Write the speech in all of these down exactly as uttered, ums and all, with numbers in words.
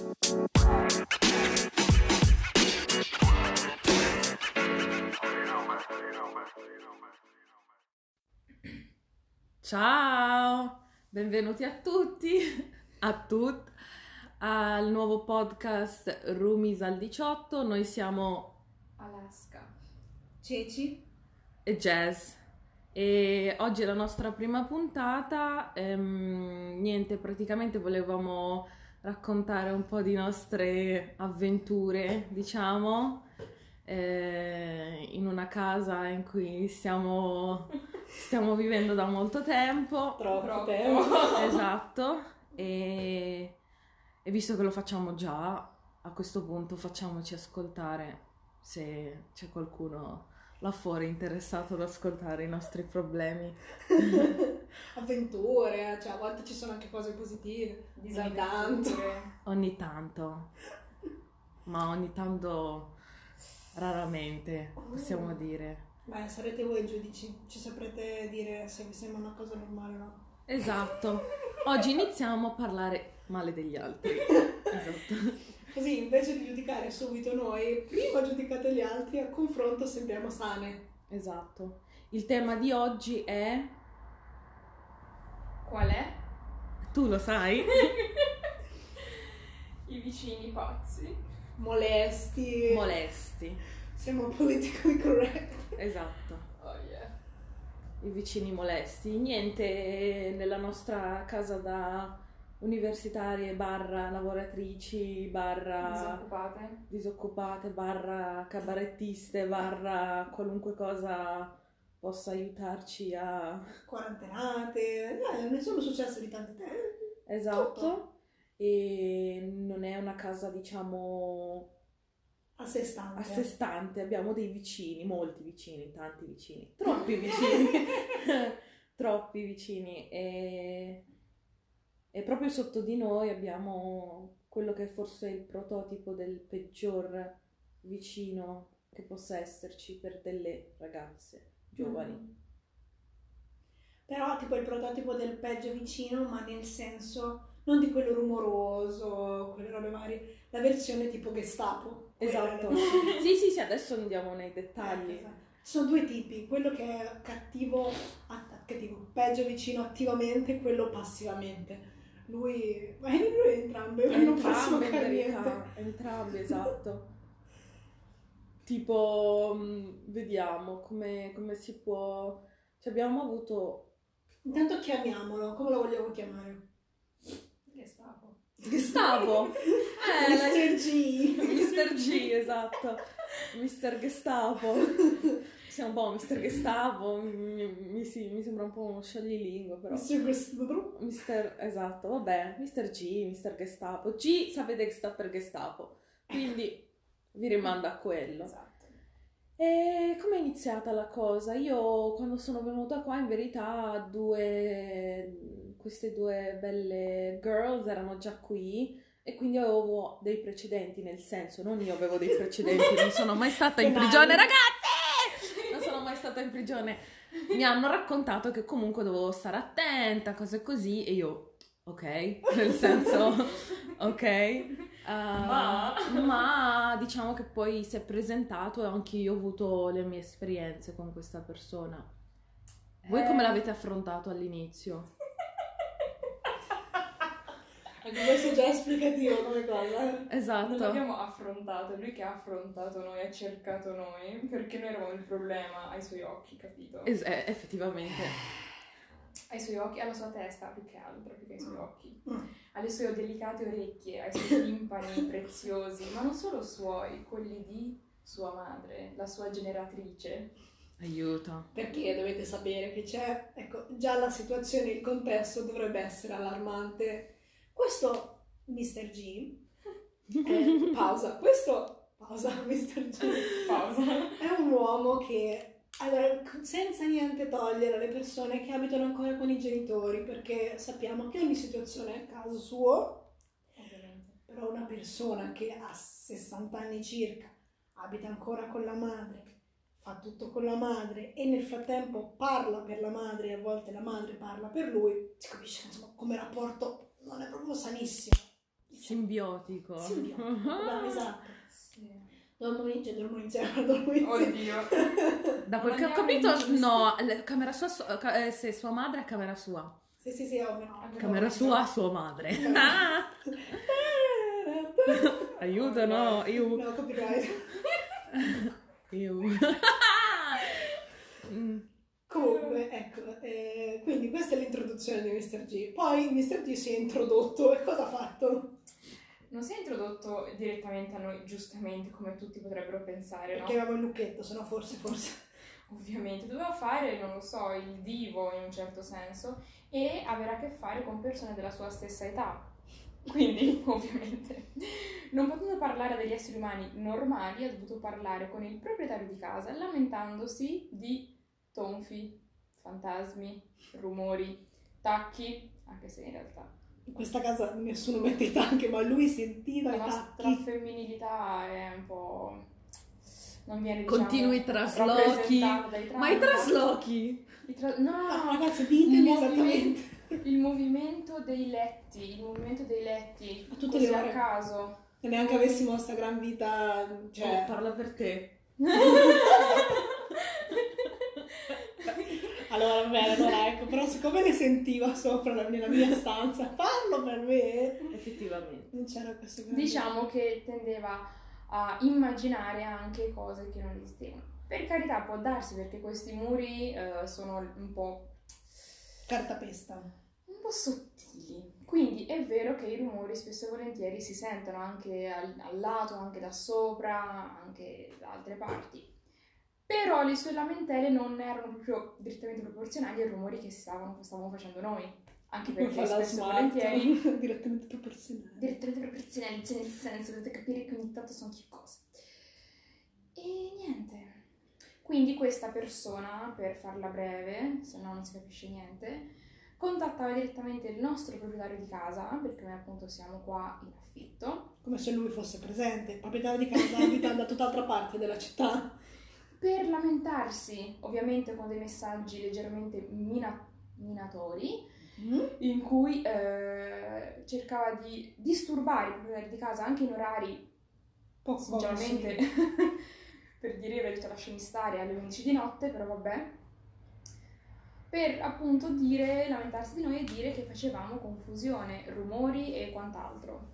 Ciao, benvenuti a tutti, a tutti, al nuovo podcast Roomies al diciotto. Noi siamo Alaska, Ceci e Jazz e oggi è la nostra prima puntata. Ehm, niente, praticamente volevamo raccontare un po' di nostre avventure, diciamo, eh, in una casa in cui stiamo... Stiamo vivendo da molto tempo. troppo, Troppo. tempo. Esatto. E, e visto che lo facciamo già, a questo punto facciamoci ascoltare se c'è qualcuno là fuori interessato ad ascoltare i nostri problemi. Avventure, cioè a volte ci sono anche cose positive, ogni tanto. disavventure. Ogni tanto, ma ogni tanto raramente, possiamo dire. Beh, sarete voi i giudici, ci saprete dire se vi sembra una cosa normale o no. Esatto. Oggi iniziamo a parlare male degli altri. Esatto. Così invece di giudicare subito noi, prima giudicate gli altri, a confronto sembriamo sane. Esatto. Il tema di oggi è... Qual è? Tu lo sai? I vicini pazzi. Molesti. Molesti. Siamo politically correct. Esatto. Oh yeah. I vicini molesti. Niente, nella nostra casa da universitarie barra lavoratrici barra Disoccupate. disoccupate barra cabarettiste barra qualunque cosa possa aiutarci a... Quarantenate, eh, ne sono successe di tanti tempi. Esatto. Tutto. E non è una casa, diciamo... A sé stante. a sé stante, abbiamo dei vicini, molti vicini, tanti vicini, troppi vicini, troppi vicini e, e proprio sotto di noi abbiamo quello che forse è il prototipo del peggior vicino che possa esserci per delle ragazze giovani. Mm. Però tipo il prototipo del peggio vicino, ma nel senso non di quello rumoroso, quelle robe varie, la versione tipo Gestapo. Esatto. Quella- Sì, sì, sì, adesso andiamo nei dettagli. Eh, esatto. Sono due tipi, quello che è cattivo, att- cattivo, peggio vicino attivamente, quello passivamente. Lui, ma lui entrambe, non possono Entrambe in fare verità, niente. entrambe, esatto. Tipo, mh, vediamo come, come si può... Cioè abbiamo avuto... Intanto chiamiamolo, come lo vogliamo chiamare? Gestapo. Gestapo! Eh, la- mister G! mister G, esatto. mister Gestapo. Siamo un po' mister Gestapo, mi, mi, sì, mi sembra un po' uno scioglilingua, però... mister Gestapo. mister Esatto, vabbè, mister G, mister Gestapo. G sapete che sta per Gestapo, quindi vi rimando a quello. Esatto. E come è iniziata la cosa? Io quando sono venuta qua in verità due, queste due belle girls erano già qui e quindi avevo dei precedenti, nel senso non io avevo dei precedenti, non sono mai stata in prigione, ragazzi! Non sono mai stata in prigione. Mi hanno raccontato che comunque dovevo stare attenta, cose così e io, ok, nel senso, ok. Uh, Ma- ma diciamo che poi si è presentato e anche io ho avuto le mie esperienze con questa persona. Voi Eh. come l'avete affrontato all'inizio? Anche questo è già esplicativo come cosa. Non Esatto. l'abbiamo affrontato, è lui che ha affrontato noi, ha cercato noi, perché noi eravamo il problema ai suoi occhi, capito? Es- eh, effettivamente. Ai suoi occhi, alla sua testa più che altro, più che ai suoi occhi. Mm. Alle sue delicate orecchie, ai suoi timpani preziosi, ma non solo suoi, quelli di sua madre, la sua generatrice. Aiuto. Perché dovete sapere che c'è, ecco, già la situazione, il contesto dovrebbe essere allarmante. Questo mister G, eh, pausa, questo, pausa, mister G, Pausa. è un uomo che, allora, senza niente togliere alle persone che abitano ancora con i genitori, perché sappiamo che ogni situazione è a caso suo, Ovviamente. però una persona che ha sessanta anni circa, abita ancora con la madre, fa tutto con la madre e nel frattempo parla per la madre e a volte la madre parla per lui, si capisce insomma come rapporto non è proprio sanissimo. Simbiotico. Simbiotico, bravo, esatto. Sì. Dormono insieme, dormono insieme, dormono insieme. Oddio. Da quel che ho Andiamo capito, in- no, l- camera sua, su- ca- eh, se sua madre è camera sua. Sì, sì, sì, ovvio. Camera sua, sua madre. Ah! Aiuto, no, io. No, copyright. Io. Mm. Comunque, ecco, eh, quindi questa è l'introduzione di mister G. Poi mister G si è introdotto e cosa ha fatto? Non si è introdotto direttamente a noi, giustamente, come tutti potrebbero pensare, no? Perché aveva il lucchetto, se no forse, forse. Ovviamente, doveva fare, non lo so, il divo in un certo senso e avere a che fare con persone della sua stessa età. Quindi, ovviamente, non potendo parlare degli esseri umani normali, ha dovuto parlare con il proprietario di casa, lamentandosi di tonfi, fantasmi, rumori, tacchi, anche se in realtà In questa casa nessuno mette i tacchi, ma lui sentiva la i nostra tacchi. femminilità è un po'... non viene, diciamo, Continui traslochi. rappresentata dai tratti. Ma i traslochi? I tra- no, Ah, ragazzi, il ditemi movimento, esattamente. il movimento dei letti, il movimento dei letti, A tutte così le a ore. caso. Se neanche avessimo sta gran vita, cioè... Oh, parla per te. Allora, va bene, allora ecco, però siccome ne sentiva sopra la- nella mia stanza, parlo per me, Effettivamente. non c'era questo grande... Diciamo che tendeva a immaginare anche cose che non esistevano. Per carità, può darsi perché questi muri eh, sono un po'... Cartapesta. un po' sottili. Quindi è vero che i rumori spesso e volentieri si sentono anche al, al lato, anche da sopra, anche da altre parti. Però le sue lamentele non erano proprio direttamente proporzionali ai rumori che stavano, stavamo facendo noi. Anche Come perché fa la spesso e smart, volentieri direttamente proporzionale. direttamente proporzionali, cioè nel senso, dovete capire che ogni tanto sono che cose. E niente. Quindi questa persona, per farla breve, se no non si capisce niente, contattava direttamente il nostro proprietario di casa, perché noi appunto siamo qua in affitto, Come se lui fosse presente, il proprietario di casa abita da tutt'altra parte della città. per lamentarsi, ovviamente con dei messaggi leggermente mina- minatori, Mm? in cui eh, cercava di disturbare i proprietari di casa anche in orari, Poco sinceramente, sì. per dire avrei detto lasciami stare alle undici di notte, però vabbè, per appunto dire, lamentarsi di noi e dire che facevamo confusione, rumori e quant'altro.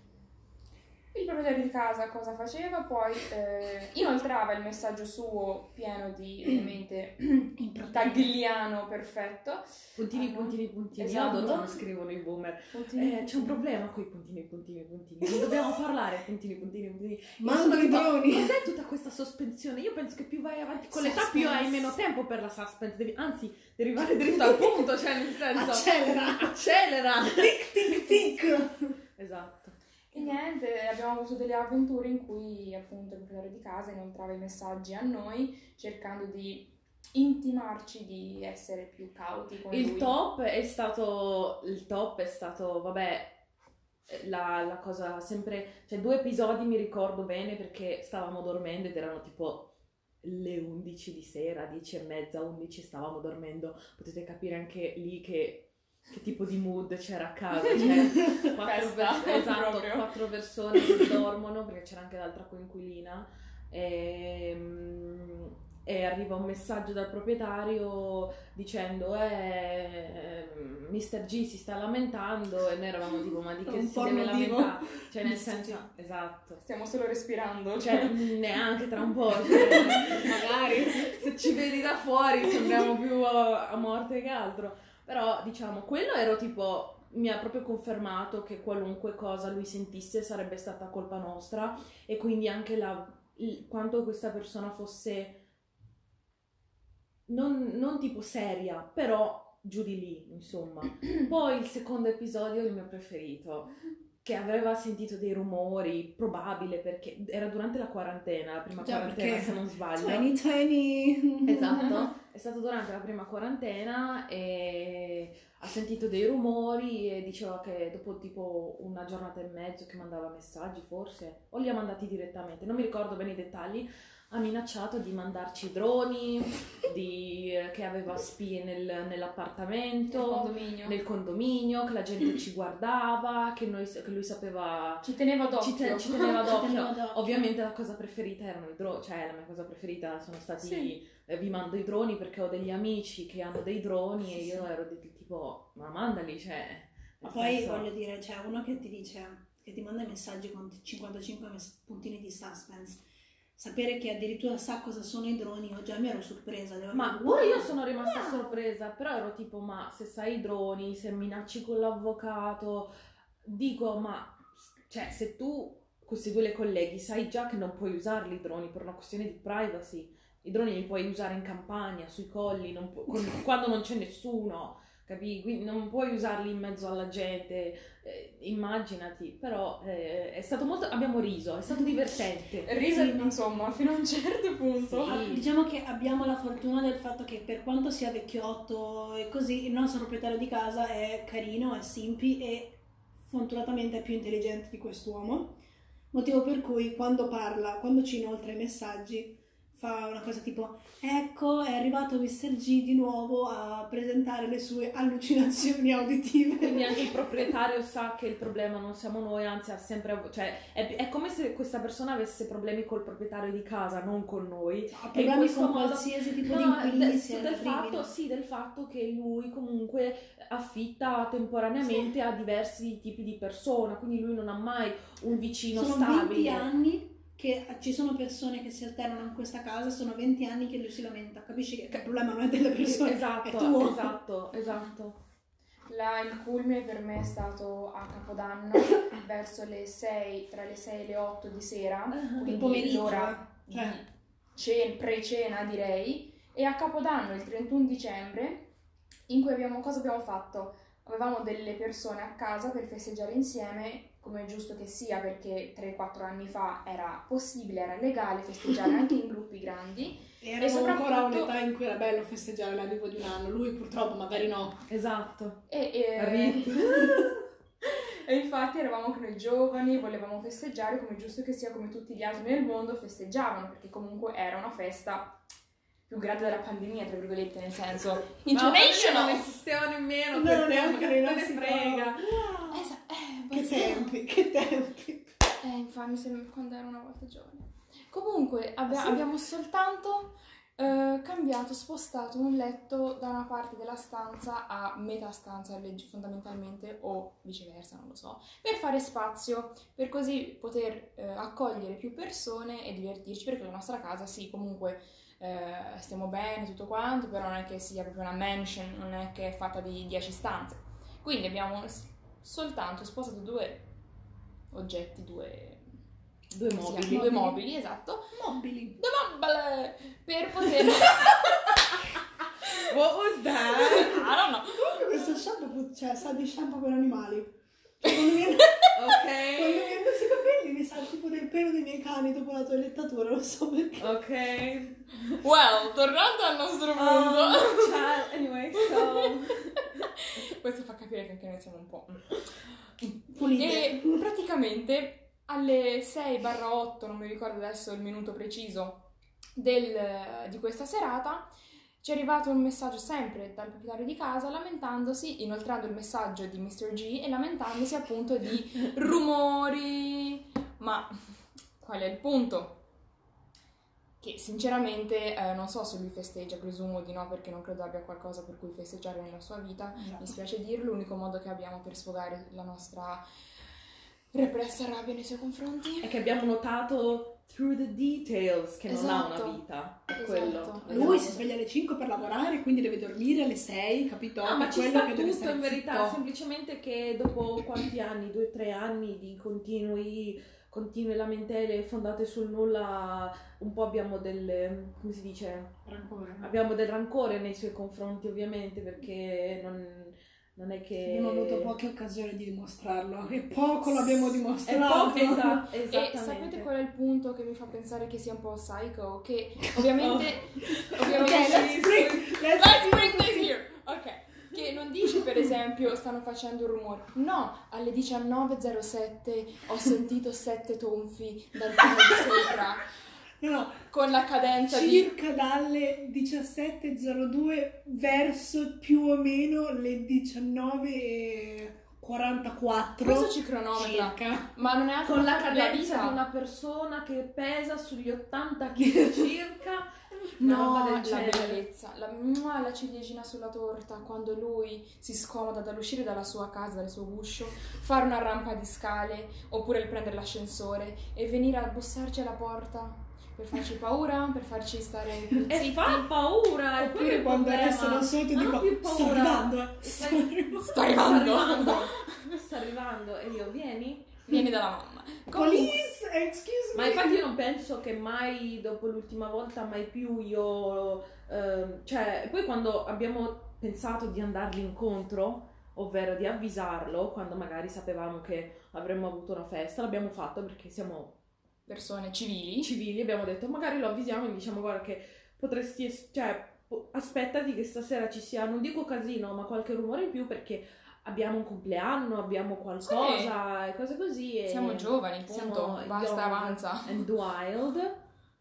Il proprietario di casa cosa faceva? Poi eh, inoltrava il messaggio suo pieno di, ovviamente, tagliano perfetto. Puntini, Ah, no? puntini, puntini. Esatto. Io adoro scrivono i boomer. Puntini, Eh, c'è un problema con i puntini, puntini, puntini. Non dobbiamo parlare, puntini, puntini, puntini. Io Mando sono i tipo, droni. cos'è tutta questa sospensione? Io penso che più vai avanti con l'età più hai meno tempo per la suspense. Devi, anzi, devi arrivare dritto al punto, cioè nel senso... Accelera. Accelera! Tic tic tic. Esatto. E niente, abbiamo avuto delle avventure in cui appunto il proprietario di casa inoltrava i messaggi a noi cercando di intimarci di essere più cauti con Il lui. top è stato, il top è stato, vabbè, la, la cosa sempre, cioè due episodi mi ricordo bene perché stavamo dormendo ed erano tipo le undici di sera, dieci e mezza, undici stavamo dormendo, potete capire anche lì che, che tipo di mood c'era a casa, cioè quattro, Festa, per- esatto, proprio. quattro persone che dormono perché c'era anche l'altra coinquilina e, e arriva un messaggio dal proprietario dicendo eh, mister G si sta lamentando e noi eravamo tipo ma di È che un si deve porno divo. lamentare? Cioè nel mister G. senso, esatto. Stiamo solo respirando. Cioè, neanche tra un po', cioè, magari se ci vedi da fuori sembriamo più a, a morte che altro. Però, diciamo, quello ero tipo, mi ha proprio confermato che qualunque cosa lui sentisse sarebbe stata colpa nostra e quindi anche la, il- quanto questa persona fosse non, non tipo seria, però giù di lì, insomma. Poi il secondo episodio è il mio preferito, che aveva sentito dei rumori, probabile perché era durante la quarantena, la prima Già, quarantena perché se non sbaglio. Tiny tiny. Esatto, è stato durante la prima quarantena e ha sentito dei rumori e diceva che dopo tipo una giornata e mezzo che mandava messaggi forse, o li ha mandati direttamente, non mi ricordo bene i dettagli, ha minacciato di mandarci droni, di, che aveva spie nel, nell'appartamento, Nel condominio. nel condominio, che la gente ci guardava, che, noi, che lui sapeva... Ci teneva d'occhio. Ci, te- ci teneva d'occhio. teneva d'occhio. Ovviamente la cosa preferita erano i droni, cioè la mia cosa preferita sono stati Sì. eh, vi mando i droni perché ho degli amici che hanno dei droni Sì, e io sì. ero di tipo ma mandali, cioè Ma nel poi senso- voglio dire, c'è uno che ti dice, che ti manda i messaggi con cinquantacinque mes- puntini di suspense. Sapere che addirittura sa cosa sono i droni, io già mi ero sorpresa. devo Ma dire, pure io wow, sono rimasta wow. sorpresa, però ero tipo ma se sai i droni, se minacci con l'avvocato, dico ma cioè se tu questi due colleghi sai già che non puoi usarli i droni per una questione di privacy, i droni li puoi usare in campagna, sui colli, non pu- con- quando non c'è nessuno, capì? Quindi non puoi usarli in mezzo alla gente, eh, immaginati, però eh, è stato molto, abbiamo riso, è stato divertente. Riso, Sì, ma- insomma, fino a un certo punto. Sì. Ah, diciamo che abbiamo la fortuna del fatto che per quanto sia vecchiotto e così, il nostro proprietario di casa è carino, è simpi e fortunatamente è più intelligente di quest'uomo, motivo per cui quando parla, quando ci inoltra i messaggi, fa una cosa tipo ecco è arrivato mister G di nuovo a presentare le sue allucinazioni auditive. Quindi anche il proprietario sa che il problema non siamo noi, anzi ha sempre av- cioè è, è come se questa persona avesse problemi col proprietario di casa, non con noi. Ha E in problemi questo con modo- qualsiasi tipo di No, inquilini, del, sia del terribile. fatto, sì, del fatto che lui comunque affitta temporaneamente a diversi tipi di persone, quindi lui non ha mai un vicino Sono stabile. venti anni che ci sono persone che si alternano in questa casa, sono venti anni che lui si lamenta, capisci che il problema non è delle persone, Esatto, è tuo. esatto, esatto. La, il culmine per me è stato a Capodanno, verso le sei, tra le sei e le otto di sera, Uh-huh. quindi pomeriggio, l'ora eh. Cioè. di cen- pre-cena direi, e a Capodanno, il trentuno dicembre, in cui abbiamo, cosa abbiamo fatto? Avevamo delle persone a casa per festeggiare insieme, come è giusto che sia, perché tre quattro anni fa era possibile, era legale festeggiare anche in gruppi grandi. E eravamo soprattutto- ancora a un'età in cui era bello festeggiare l'arrivo di un anno, lui purtroppo magari no. Esatto. E, e, Rip. e infatti eravamo anche noi giovani, volevamo festeggiare come è giusto che sia, come tutti gli altri nel mondo festeggiavano, perché comunque era una festa più grande della pandemia, tra virgolette, nel senso Ma international. non esisteva nemmeno, No, per neanche te, nei non ne nostri frega. Wow. Esa- eh, Che pazzesco. tempi, che tempi. Eh, infatti mi sembra quando ero una volta giovane. Comunque abbia- Sì. abbiamo soltanto eh, cambiato, spostato un letto da una parte della stanza a metà stanza, legge- fondamentalmente, o viceversa, non lo so, per fare spazio, per così poter eh, accogliere più persone e divertirci, perché la nostra casa, sì, comunque eh, stiamo bene, tutto quanto, però non è che sia proprio una mansion, non è che è fatta di dieci stanze. Quindi abbiamo s- soltanto spostato due oggetti, due Due come si mobili. chiama? Due mobili, esatto, Mobili. due mobili per poter What was that? I don't know. Comunque questo shampoo, pu- cioè, sa di shampoo per animali. Cioè, quando mi quando mi Ok. hanno questi capelli mi sa tipo del pelo dei miei cani dopo la toilettatura, non so perché. Ok. Well, tornando al nostro Um, punto, child, anyway, so questo fa capire che anche noi siamo un po'. Pulite. E praticamente alle sei otto, non mi ricordo adesso il minuto preciso del- di questa serata, ci è arrivato un messaggio sempre dal proprietario di casa lamentandosi, inoltrando il messaggio di mister G e lamentandosi appunto di rumori. Ma qual è il punto? Che sinceramente eh, non so se lui festeggia, presumo di no, perché non credo abbia qualcosa per cui festeggiare nella sua vita. Esatto. Mi spiace dirlo, l'unico modo che abbiamo per sfogare la nostra repressa rabbia nei suoi confronti è che abbiamo notato through the details che non ha Esatto. una vita. È Esatto. quello. Lui Esatto. si sveglia alle cinque per lavorare, quindi deve dormire alle sei, capito? No, ma Per ci quello sta che deve tutto stare in verità, zitto. semplicemente che dopo quanti anni, due o tre anni di continui, continue lamentele fondate sul nulla, un po' abbiamo del, come si dice, Rancore. abbiamo del rancore nei suoi confronti ovviamente perché non, non è che... Abbiamo avuto poche occasioni di dimostrarlo e poco l'abbiamo È dimostrato. poco, esa- E esattamente. sapete qual è il punto che mi fa pensare che sia un po' psycho? Che ovviamente... Ok, ovviamente let's bring, let's Let's bring this here! Ok. Che non dice per esempio stanno facendo un rumore. No, alle diciannove e zero sette ho sentito sette tonfi dal piano di sopra. No, no, con la cadenza di... circa dalle diciassette e zero due verso più o meno le diciannove e quarantaquattro. Questo ci cronometra, circa. ma non è altro Con la per la cadenza vita. di una persona che pesa sugli ottanta chili circa. Una No, roba del la genere. bellezza, la, mua, la ciliegina sulla torta, quando lui si scomoda dall'uscire dalla sua casa, dal suo guscio, fare una rampa di scale, oppure il prendere l'ascensore e venire a bussarci alla porta per farci paura, per farci stare più E zitti. fa paura. E poi Oppure il quando problema- restano sotto non dico ho più sto paura. arrivando, eh, sto Stai- arrivando. Sta arrivando. Sta arrivando. Sta arrivando. E io, vieni? Vieni dalla mamma. Comunque, Police, excuse me. Ma infatti io non penso che mai, dopo l'ultima volta, mai più io... ehm, cioè, e poi quando abbiamo pensato di andargli incontro, ovvero di avvisarlo, quando magari sapevamo che avremmo avuto una festa, l'abbiamo fatto perché siamo persone civili. civili, abbiamo detto magari lo avvisiamo e gli diciamo guarda che potresti... es- cioè, po- aspettati che stasera ci sia, non dico casino, ma qualche rumore in più perché... Abbiamo un compleanno, abbiamo qualcosa e cose così. E Siamo giovani, siamo punto. Basta, young avanza. And wild.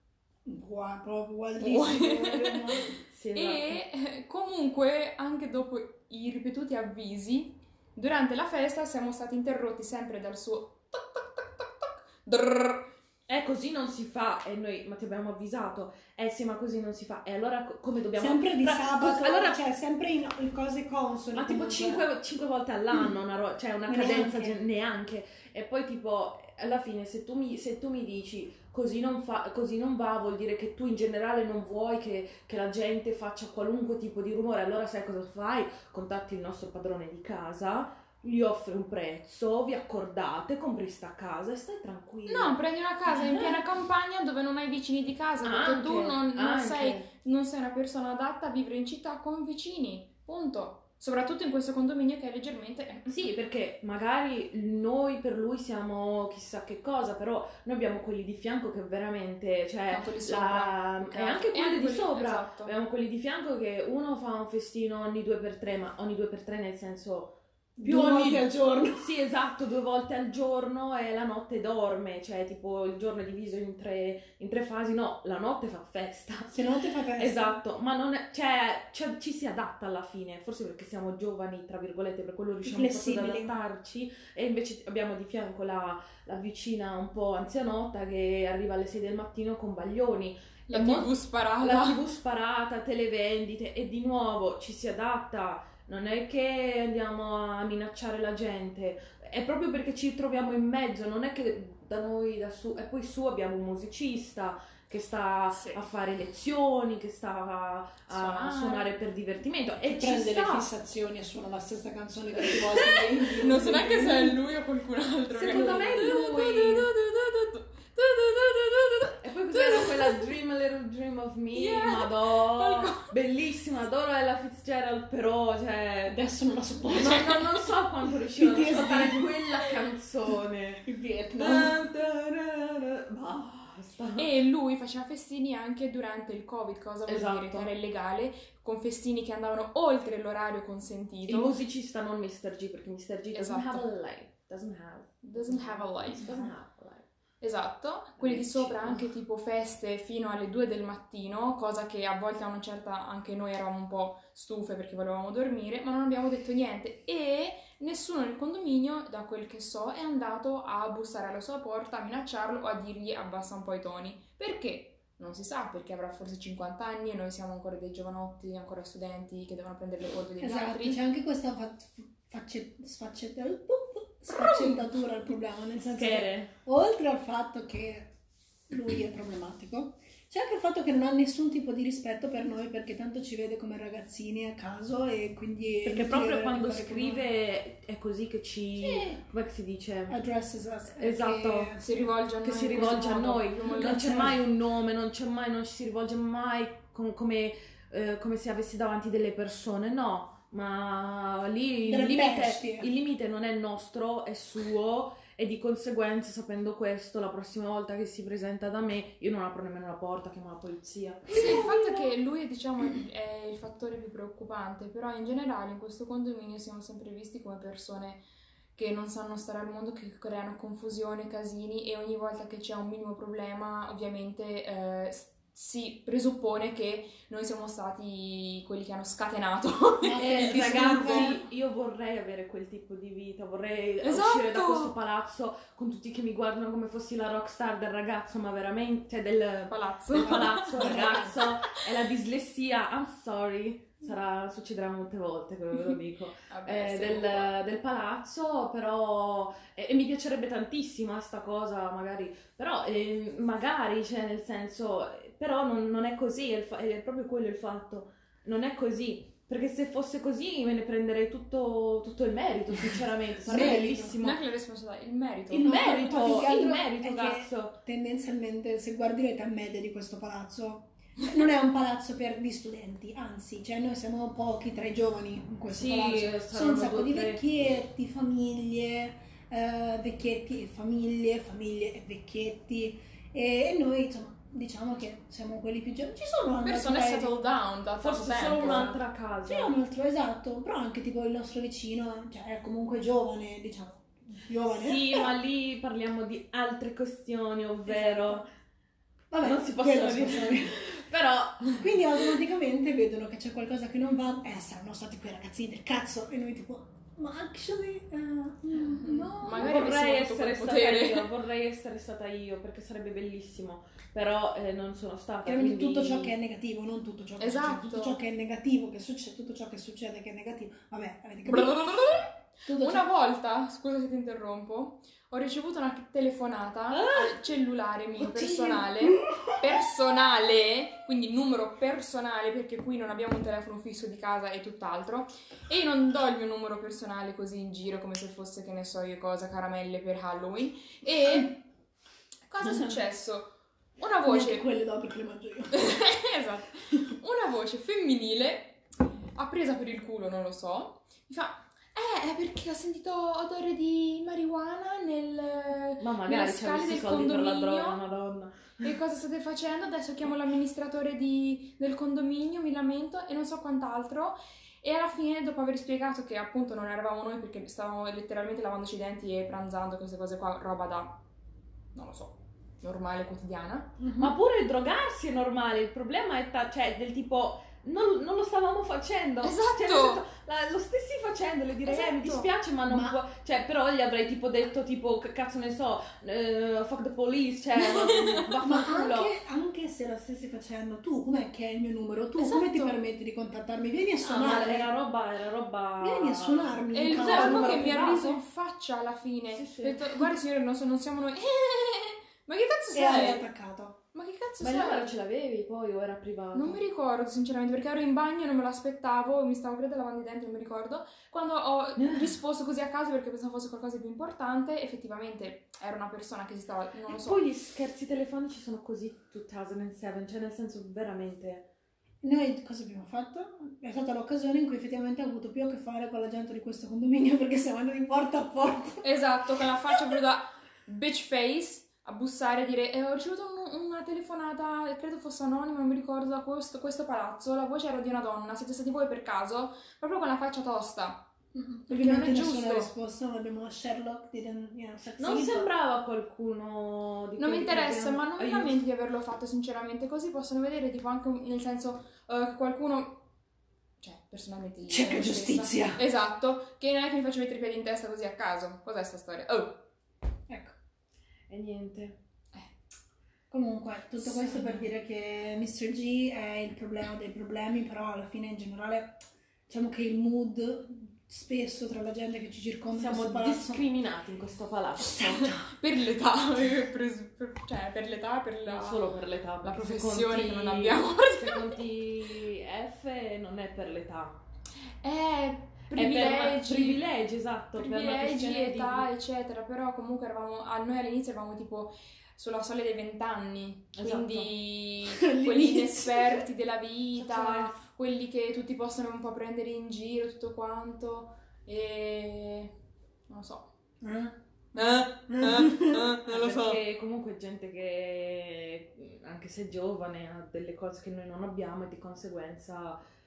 Gua- proprio wildissimo. Sì, esatto. E eh, comunque, anche dopo i ripetuti avvisi, durante la festa siamo stati interrotti sempre dal suo toc toc toc toc toc, drrrr. Eh, così non si fa. E noi, ma ti abbiamo avvisato. Eh sì, ma così non si fa. E allora co- come dobbiamo... Sempre di Però, sabato, cos- allora, cioè sempre in, in cose consone. ma tipo comunque. cinque volte all'anno, una ro- cioè una Ma cadenza neanche. gen- neanche. E poi tipo, alla fine, se tu mi, se tu mi dici così non, fa, così non va, vuol dire che tu in generale non vuoi che, che la gente faccia qualunque tipo di rumore. Allora sai cosa fai? Contatti il nostro padrone di casa, gli offri un prezzo, vi accordate, compri sta casa e stai tranquillo. No, prendi una casa in piena campagna dove non hai vicini di casa, perché Anche, tu non, non anche. sei, non sei una persona adatta a vivere in città con vicini, punto. Soprattutto in questo condominio che è leggermente... Sì, perché magari noi per lui siamo chissà che cosa, però noi abbiamo quelli di fianco che veramente, cioè, No, quelli la- sopra, e anche e quelli anche di quelli- sopra, esatto. abbiamo quelli di fianco che uno fa un festino ogni due per tre, ma ogni due per tre nel senso più Due ogni volte al giorno. Sì, esatto, due volte al giorno e la notte dorme, cioè tipo il giorno è diviso in tre, in tre fasi, no, la notte fa festa. Se no ti fa festa. Esatto, ma non è, cioè, cioè, ci si adatta alla fine, forse perché siamo giovani, tra virgolette, per quello riusciamo forse ad Flessibili. adattarci, e invece abbiamo di fianco la, la vicina un po' anzianotta che arriva alle sei del mattino con baglioni, La E tivù mo- sparata. la tivù sparata, televendite, e di nuovo ci si adatta, non è che andiamo a minacciare la gente, è proprio perché ci troviamo in mezzo, non è che da noi da su, e poi su abbiamo un musicista che sta Sì. a fare lezioni, che sta a, a Suonare. suonare per divertimento e ci Prende le sta. fissazioni e suona la stessa canzone venti volte. Non so neanche se è lui o qualcun altro. Secondo me è lui. E poi cos'era quella Dream a Little Dream of Me? Yeah. Madonna, Qualcosa. bellissima, adoro Ella Fitzgerald, però cioè Adesso non la sopporto. non, non- non so quanto riuscirò ad P T S D. ascoltare quella canzone. Il Vietnam. Da, da, da, da. Basta. E lui faceva festini anche durante il Covid, cosa vuol Esatto. dire? Che era illegale, con festini che andavano oltre l'orario Il consentito. musicista, non mister G, perché mister G doesn't Esatto. have a life. Doesn't have. Doesn't have a life. Doesn't have a life. Esatto, quelli di sopra Cibo. anche tipo feste fino alle due del mattino, cosa che a volte a una certa anche noi eravamo un po' stufe perché volevamo dormire, ma non abbiamo detto niente e nessuno nel condominio, da quel che so, è andato a bussare alla sua porta, a minacciarlo o a dirgli abbassa un po' i toni. Perché? Non si sa, perché avrà forse cinquanta anni e noi siamo ancora dei giovanotti, ancora studenti che devono prendere le colpe degli Esatto, altri. c'è anche questa fa- facce- sfaccetta- sfaccettatura al problema, nel senso che Schere. oltre al fatto che lui è problematico, c'è anche il fatto che non ha nessun tipo di rispetto per noi perché tanto ci vede come ragazzini a caso e quindi... è Perché inutile proprio quando fare con noi. scrive è così che ci... Sì. come si dice? Addresses us, Esatto. che- Si rivolge a noi Che si in questo rivolge a modo, noi, più non molto- c'è mai un nome, non c'è mai, non ci si rivolge mai com- come, eh, come se avessi davanti delle persone, no, ma lì il Delle limite, bestie. il limite non è nostro, è suo, e di conseguenza, sapendo questo, la prossima volta che si presenta da me io non apro nemmeno la porta, chiamo la polizia. Sì, il fatto è che lui diciamo è il fattore più preoccupante, però in generale in questo condominio siamo sempre visti come persone che non sanno stare al mondo, che creano confusione, casini, e ogni volta che c'è un minimo problema ovviamente eh, si presuppone che noi siamo stati quelli che hanno scatenato Eh, il disturbo. ragazzi, io vorrei avere quel tipo di vita, vorrei Esatto. uscire da questo palazzo con tutti che mi guardano come fossi la rockstar del ragazzo, ma veramente, cioè del, Palazzo. del palazzo, ragazzo, è la dislessia, I'm sorry, sarà, succederà molte volte, quello ve lo dico, Vabbè, eh, siamo del, qua. del palazzo, però, e, e mi piacerebbe tantissimo sta cosa, magari, però, eh, magari, cioè, nel senso, però non, non è così, è, il fa- è proprio quello il fatto, non è così. Perché se fosse così me ne prenderei tutto, tutto il merito, sinceramente, sarebbe Merito. bellissimo. Non è che la responsabilità, il merito. Il No, merito, ma più che il altro merito, è che cazzo. tendenzialmente, se guardi l'età media di questo palazzo, non è un palazzo per gli studenti, anzi, cioè noi siamo pochi tra i giovani in questo Sì, palazzo. Sono saranno un sacco due, di tre. vecchietti, famiglie, eh, vecchietti e famiglie, famiglie e vecchietti, e, e noi, insomma, diciamo che siamo quelli più giovani. Ci sono anche Persone altri- settle down da Forse tanto solo tempo. un'altra casa. Sì, un altro, esatto, però anche tipo il nostro vicino, cioè è comunque giovane, diciamo, giovane. Sì, però- ma lì parliamo di altre questioni, ovvero... Vabbè, non si possono quello si dire. possono dire. Però... Quindi automaticamente vedono che c'è qualcosa che non va, eh, saranno stati quei ragazzini del cazzo, e noi tipo, ma actually, eh, no. Magari vorrei avessimo avuto essere quel stata potere. io, vorrei essere stata io, perché sarebbe bellissimo. Però eh, non sono stata, Chiaramente quindi... tutto ciò che è negativo, non tutto ciò che Esatto. succede, tutto ciò che è negativo che succede, tutto ciò che succede che è negativo, vabbè, avete capito? Tutto Una ciò... volta, scusa se ti interrompo, ho ricevuto una telefonata al cellulare mio Oddio. personale, personale, quindi numero personale, perché qui non abbiamo un telefono fisso di casa e tutt'altro, e io non do il mio numero personale così in giro come se fosse, che ne so io cosa, caramelle per Halloween. E cosa è successo? Una voce Neanche quelle do perché le mangio io. esatto. Una voce femminile, ha presa per il culo, non lo so, mi fa: Eh, è perché ho sentito odore di marijuana nel... Ma magari nelle c'è scale questi del soldi per la condominio. droga, madonna. E cosa state facendo? Adesso chiamo l'amministratore di- del condominio, mi lamento e non so quant'altro. E alla fine, dopo aver spiegato che appunto non eravamo noi perché stavamo letteralmente lavandoci i denti e pranzando, queste cose qua, roba da, non lo so, normale, quotidiana. Ma pure drogarsi è normale, il problema è ta- cioè del tipo non, non lo stavamo facendo. Esatto. Cioè, nel senso, la- lo stessi facendo, le direi eh, mi Esatto. dispiace ma non Ma- può, cioè però gli avrei tipo detto tipo che cazzo ne so, eh, fuck the police, cioè Ma vaffanculo. anche, anche se lo stessi facendo, tu com'è che è il mio numero? Tu Esatto. come ti permetti di contattarmi? Vieni a Ah, ma suonare. era roba, era roba. Vieni a suonarmi. E il No, giorno numero che mi ha privato. riso in faccia alla fine, Sì, sì. ho detto: guarda signore, non, so- non siamo noi. Ma che cazzo E hai sei? attaccato. Ma che cazzo Ma il sei? numero ce l'avevi poi o era privato? Non mi ricordo sinceramente perché ero in bagno, non me l'aspettavo, mi stavo credo lavando i denti, non mi ricordo. Quando ho risposto così a caso perché pensavo fosse qualcosa di più importante, effettivamente era una persona che si stava, non lo E so. poi gli scherzi telefonici sono così duemilasette, cioè nel senso veramente. Noi cosa abbiamo fatto? È stata l'occasione in cui effettivamente ho avuto più a che fare con la gente di questo condominio perché siamo andati porta a porta. Esatto, con la faccia proprio da bitch face a bussare e dire: eh, ho ricevuto un- una telefonata, credo fosse anonima, non mi ricordo, da questo, questo palazzo, la voce era di una donna, siete stati voi per caso? Proprio con la faccia tosta. Perché non è Nessuna giusto. risposta, non abbiamo Sherlock, didn't, you know, succeed. Non sembrava qualcuno di Non mi quelli che interessa, abbiamo- ma non mi Aiuto. lamento di averlo fatto sinceramente, così possono vedere tipo anche un- nel senso eh, che qualcuno, cioè personalmente io Cerca me stessa- giustizia. esatto, che non è che mi faccio mettere i piedi in testa così a caso. Cos'è sta storia? Oh, Ecco. E niente. Comunque, tutto questo per dire che mister G è il problema dei problemi, però alla fine in generale diciamo che il mood spesso tra la gente che ci circonda in Siamo questo palazzo discriminati in questo palazzo. per l'età, per- per- cioè per l'età, per la... Non solo per l'età, la perché se professione conti- che non abbiamo. Se conti F non è per l'età. Eh, È privilegi, per privilegi, esatto. per una privilegi, questione di- età, eccetera, però comunque eravamo, a noi all'inizio eravamo tipo sulla soglia dei vent'anni, Esatto. quindi All'inizio. quelli inesperti della vita, Cioè, quelli che tutti possono un po' prendere in giro, tutto quanto, e non lo so. Eh? Eh, eh, eh, non lo so. Perché comunque è gente che, anche se giovane, ha delle cose che noi non abbiamo e di conseguenza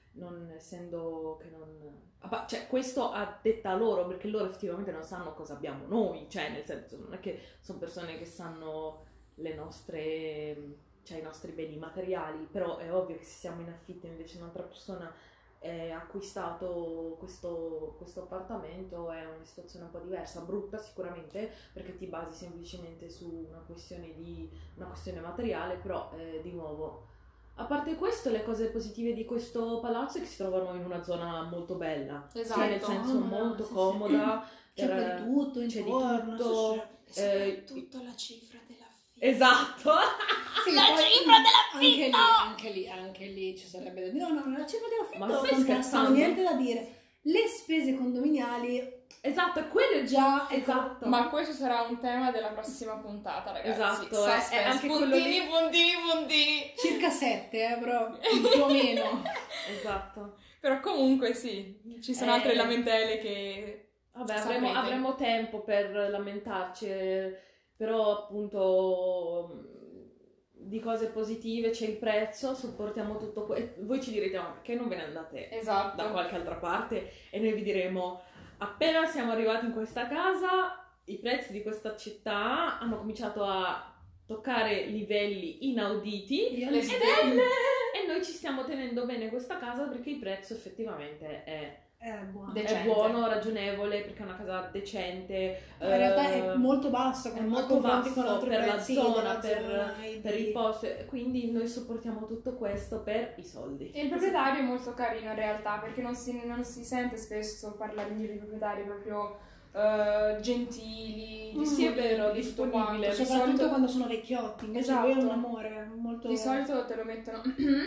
non essendo che non... Cioè, questo a detta loro, perché loro effettivamente non sanno cosa abbiamo noi, cioè nel senso non è che sono persone che sanno le nostre, cioè i nostri beni materiali, però è ovvio che se siamo in affitto invece un'altra persona è acquistato questo, questo appartamento, è una situazione un po' diversa, brutta sicuramente perché ti basi semplicemente su una questione di una questione materiale, però eh, di nuovo, a parte questo, le cose positive di questo palazzo è che si trovano in una zona molto bella, Esatto. cioè nel senso Comoda, molto sì, sì. comoda, C'è per- un po' di tutto, c'è di intorno, tutto. sì, sì. Eh, Soprattutto la cifra dell'affitto. Esatto. Sì, La poi cifra anche lì, dell'affitto! anche lì, anche lì ci sarebbe da dire. No, no, la cifra Ma dell'affitto stai non cazzo, scherzando? niente da dire. Le spese condominiali Esatto, è quello già, esatto. Ma questo sarà un tema della prossima puntata, ragazzi. Esatto, è- Suspense. è anche quello puntini, lì. puntini, puntini. circa sette, eh, però più o meno. Esatto. Però comunque sì, ci sono Eh, altre lamentele che... Vabbè, saprete. avremo, avremo tempo per lamentarci, eh, però appunto mh, di cose positive c'è il prezzo, sopportiamo tutto questo. Voi ci direte, ma perché non ve ne andate Esatto. da qualche altra parte? E noi vi diremo, appena siamo arrivati in questa casa, i prezzi di questa città hanno cominciato a toccare livelli inauditi. Io Le le stelle! E noi ci stiamo tenendo bene questa casa perché il prezzo effettivamente è, è buono. De- è Decente. buono, ragionevole, perché è una casa decente. In realtà eh, è molto basso, è con molto confronti basso con altri per la prezzi zona, della per, zona e per di- il posto, quindi noi sopportiamo tutto questo per i soldi. E il proprietario è molto carino in realtà, perché non si, non si sente spesso parlare in giro di proprietari proprio eh, gentili, Mm, sì, è vero, disponibili, tutto disponibile. quanto. Di soprattutto solito, quando sono vecchiotti, invece Esatto. lui è un amore molto... di solito te lo mettono...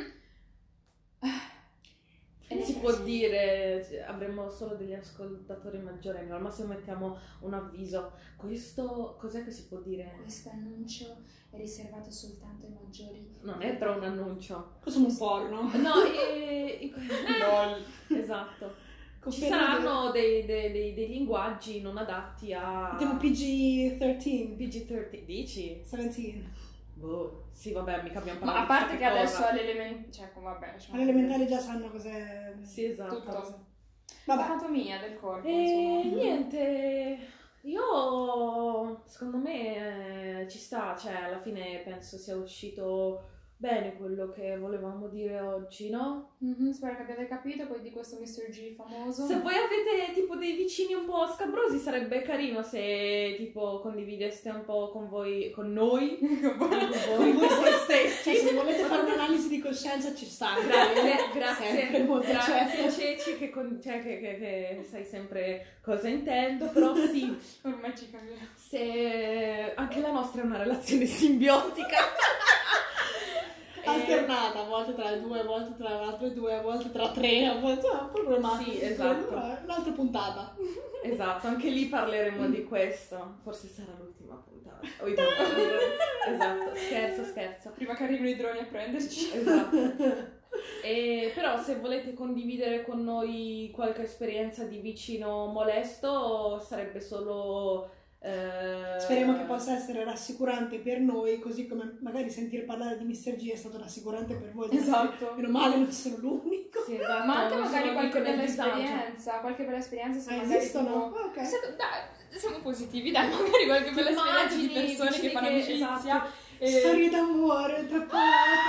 E si può dire, cioè, avremo solo degli ascoltatori maggiorenni, al massimo mettiamo un avviso. Questo, cos'è che si può dire? Questo annuncio è riservato soltanto ai maggiori. Non è però un annuncio. Questo è un porno. No, e, e- Lol. esatto. Ci Confermo saranno dei, dei- dei- dei linguaggi non adatti a Mettiamo P G tredici, P G tredici, dici? diciassette. Boh, sì vabbè, mica abbiamo Ma parlato a parte di che questa adesso cosa. all'elementare... Cioè, vabbè, lasciamo Alle elementari già sanno cos'è... Sì, esatto. tutto. Vabbè, Anatomia del corpo, E insomma. niente, io secondo me eh, ci sta, cioè alla fine penso sia uscito bene quello che volevamo dire oggi, no? Mhm, spero che abbiate capito poi di questo mister G famoso. Se voi avete tipo dei vicini un po' scabrosi sarebbe carino se tipo condivideste un po' con voi, con noi, con voi, voi voi cioè, stessi. se volete fare un'analisi di coscienza ci sta. Grazie, Sempre grazie, molto grazie accetto. Ceci che, con- cioè, che, che, che sai sempre cosa intendo, però sì, Ormai ci capirà. se anche la nostra è una relazione simbiotica. Alternata, a volte tra le due, a volte tra le altre due, a volte tra tre, a volte no, problematico. Sì, esatto. Un'altra puntata. Esatto, anche lì parleremo di questo. Forse sarà l'ultima puntata. O i primi. Esatto, scherzo, scherzo. Prima che arrivino i droni a prenderci. Esatto. E, però se volete condividere con noi qualche esperienza di vicino molesto sarebbe solo... eh, Speriamo che possa essere rassicurante per noi, così come magari sentir parlare di mister G è stato rassicurante per voi. Esatto. Meno male, non sono l'unico. Sì, esatto, Ma anche non magari sono qualche l'unico nel bella disagio. esperienza, qualche bella esperienza se Ah, magari esistono? tipo- Ah, ok. Se- dai, siamo positivi, dai, magari qualche bella esperienza di Immagini, persone che vicini fanno che- amicizia. esatto. e- Storie d'amore tra tra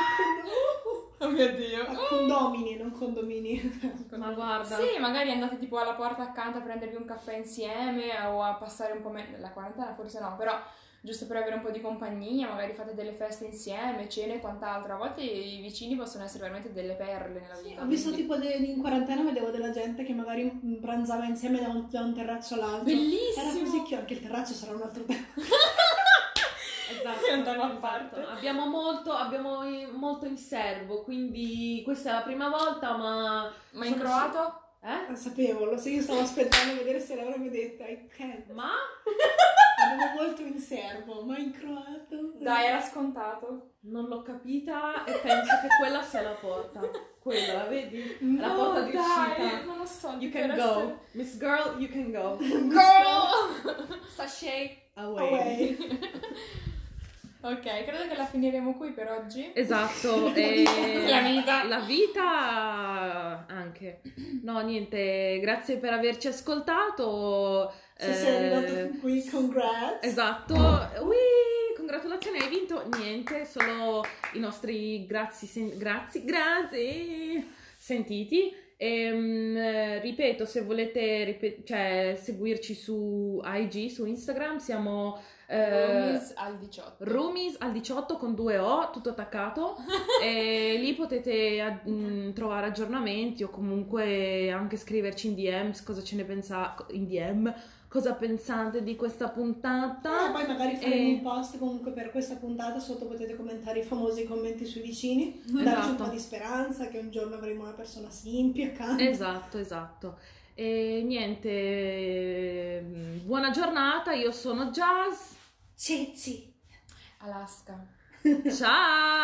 Oh mio Dio. a condomini, non condomini. Ma guarda, Sì, magari andate tipo alla porta accanto a prendervi un caffè insieme o a passare un po' me- la quarantena, forse no, però giusto per avere un po' di compagnia, magari fate delle feste insieme, cene e quant'altro. A volte i vicini possono essere veramente delle perle nella Sì, vita. ho visto quindi- tipo de- in quarantena vedevo della gente che magari mm, pranzava insieme da un, da un terrazzo all'altro. Bellissimo! Era così che anche il terrazzo sarà un altro tema. esatto, È un tema a esatto. parte. Abbiamo molto, abbiamo in- molto in serbo, quindi questa è la prima volta, ma... Ma in sono croato? si- Eh? Lo sapevo, lo so, io stavo aspettando a vedere se l'avrebbe detta. I can't. Ma? Avevo molto in serbo, ma in croato. Dai, era scontato. Non l'ho capita e penso che quella sia la porta. Quella, la vedi? La No, porta di dai, uscita. non lo so. You tipo can era go. essere- Miss Girl, you can go. Girl! Sachet. Away. Away. Ok, credo che la finiremo qui per oggi. Esatto, e La vita. la vita anche. No, niente, grazie per averci ascoltato. Se sei Eh, arrivato qui, congrats. Esatto, Ui, congratulazioni, hai vinto. Niente, solo i nostri grazie, sen- grazie, grazie sentiti. Ehm, eh, ripeto, se volete ripet- cioè, seguirci su I G, su Instagram, siamo eh, Roomies al diciotto. Roomies al diciotto con due O, tutto attaccato. E lì potete a- mh, trovare aggiornamenti o comunque anche scriverci in D Ms cosa ce ne pensate, in D M, cosa pensate di questa puntata. Ah, poi magari faremo E- un post comunque per questa puntata, sotto potete commentare i famosi commenti sui vicini, darci un Esatto. po' di speranza che un giorno avremo una persona simpi accanto. Esatto, esatto. E niente, mh, buona giornata, io sono Jazz. Sì, sì. Alaska. Ciao!